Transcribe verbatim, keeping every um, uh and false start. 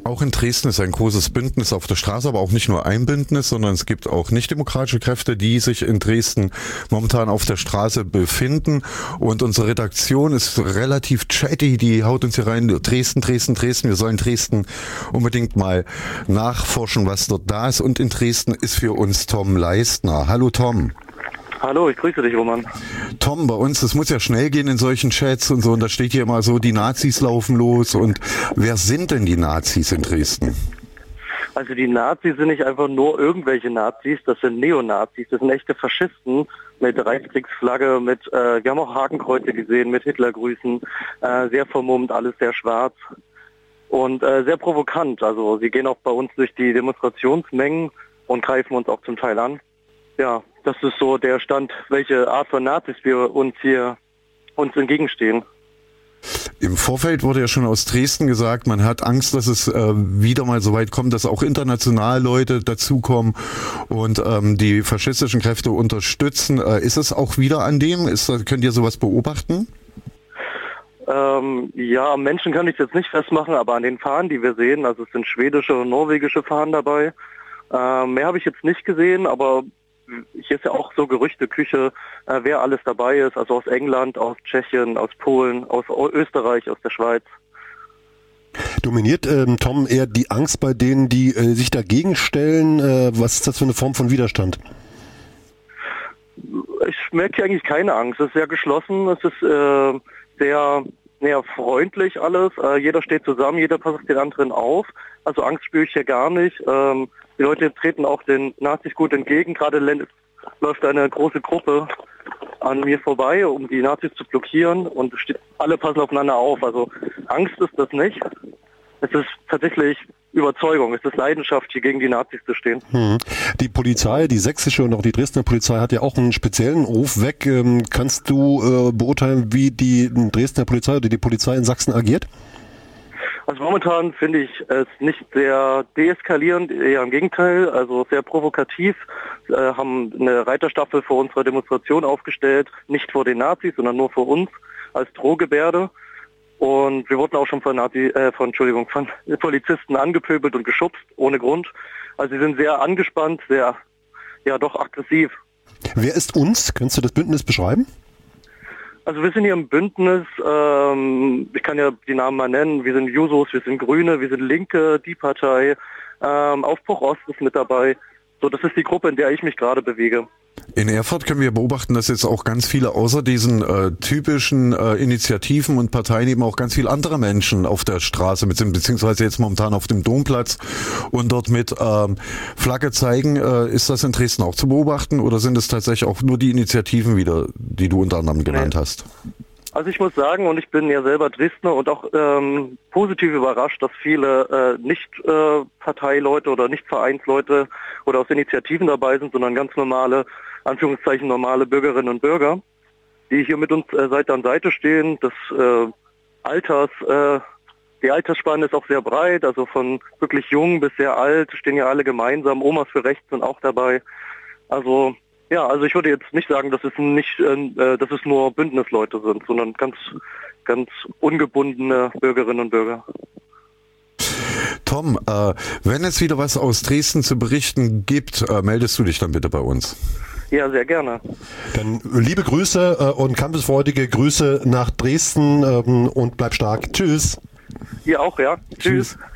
Auch in Dresden ist ein großes Bündnis auf der Straße, aber auch nicht nur ein Bündnis, sondern es gibt auch nichtdemokratische Kräfte, die sich in Dresden momentan auf der Straße befinden. Und unsere Redaktion ist relativ chatty, die haut uns hier rein, Dresden, Dresden, Dresden. Wir sollen Dresden unbedingt mal nachforschen, was dort da ist. Und in Dresden ist für uns Tom Leistner. Hallo Tom. Hallo, ich grüße dich, Roman. Tom, bei uns, das muss ja schnell gehen in solchen Chats und so, und da steht hier immer so, die Nazis laufen los. Und wer sind denn die Nazis in Dresden? Also die Nazis sind nicht einfach nur irgendwelche Nazis, das sind Neonazis, das sind echte Faschisten mit Reichskriegsflagge, mit, äh, wir haben auch Hakenkreuze gesehen, mit Hitlergrüßen, äh, sehr vermummt, alles sehr schwarz und äh, sehr provokant. Also sie gehen auch bei uns durch die Demonstrationsmengen und greifen uns auch zum Teil an. Ja, das ist so der Stand, welche Art von Nazis wir uns hier uns entgegenstehen. Im Vorfeld wurde ja schon aus Dresden gesagt, man hat Angst, dass es äh, wieder mal so weit kommt, dass auch international Leute dazukommen und ähm, die faschistischen Kräfte unterstützen. Äh, ist es auch wieder an dem? Ist, könnt ihr sowas beobachten? Ähm, ja, am Menschen kann ich es jetzt nicht festmachen, aber an den Fahnen, die wir sehen, also es sind schwedische und norwegische Fahnen dabei. Äh, mehr habe ich jetzt nicht gesehen, aber hier ist ja auch so Gerüchteküche, äh, wer alles dabei ist, also aus England, aus Tschechien, aus Polen, aus Österreich, aus der Schweiz. Dominiert, ähm, Tom, eher die Angst bei denen, die äh, sich dagegen stellen? Äh, was ist das für eine Form von Widerstand? Ich merke hier eigentlich keine Angst. Es ist sehr geschlossen, es ist äh, sehr, sehr freundlich alles. Äh, jeder steht zusammen, jeder passt den anderen auf. Also Angst spüre ich hier gar nicht. Ähm, Die Leute treten auch den Nazis gut entgegen. Gerade läuft eine große Gruppe an mir vorbei, um die Nazis zu blockieren. Und alle passen aufeinander auf. Also Angst ist das nicht. Es ist tatsächlich Überzeugung, es ist Leidenschaft, hier gegen die Nazis zu stehen. Hm. Die Polizei, die sächsische und auch die Dresdner Polizei hat ja auch einen speziellen Ruf weg. Ähm, kannst du äh, beurteilen, wie die Dresdner Polizei oder die Polizei in Sachsen agiert? Also momentan finde ich es nicht sehr deeskalierend, eher im Gegenteil, also sehr provokativ, äh, haben eine Reiterstaffel vor unserer Demonstration aufgestellt, nicht vor den Nazis, sondern nur vor uns als Drohgebärde. Und wir wurden auch schon von, Nazi, äh, von, Entschuldigung, von Polizisten angepöbelt und geschubst, ohne Grund. Also sie sind sehr angespannt, sehr, ja doch aggressiv. Wer ist uns? Kannst du das Bündnis beschreiben? Also wir sind hier im Bündnis, ähm, ich kann ja die Namen mal nennen, wir sind Jusos, wir sind Grüne, wir sind Linke, die Partei, ähm, Aufbruch Ost ist mit dabei. So, das ist die Gruppe, in der ich mich gerade bewege. In Erfurt können wir beobachten, dass jetzt auch ganz viele außer diesen äh, typischen äh, Initiativen und Parteien eben auch ganz viele andere Menschen auf der Straße mit sind, beziehungsweise jetzt momentan auf dem Domplatz und dort mit ähm, Flagge zeigen. Äh, ist das in Dresden auch zu beobachten oder sind es tatsächlich auch nur die Initiativen wieder, die du unter anderem genannt nee. hast? Also ich muss sagen, und ich bin ja selber Dresdner und auch ähm, positiv überrascht, dass viele äh, nicht äh, Parteileute oder nicht Vereinsleute oder aus Initiativen dabei sind, sondern ganz normale, Anführungszeichen normale Bürgerinnen und Bürger, die hier mit uns äh, Seite an Seite stehen. Das äh, Alters, äh, die Altersspanne ist auch sehr breit, also von wirklich jung bis sehr alt stehen ja alle gemeinsam. Omas für rechts sind auch dabei. Also ja, also ich würde jetzt nicht sagen, dass es nicht, äh, dass es nur Bündnisleute sind, sondern ganz, ganz ungebundene Bürgerinnen und Bürger. Tom, äh, wenn es wieder was aus Dresden zu berichten gibt, äh, meldest du dich dann bitte bei uns. Ja, sehr gerne. Dann liebe Grüße äh, und campusfreudige Grüße nach Dresden ähm, und bleib stark. Tschüss. Ihr auch, ja. Tschüss. Tschüss.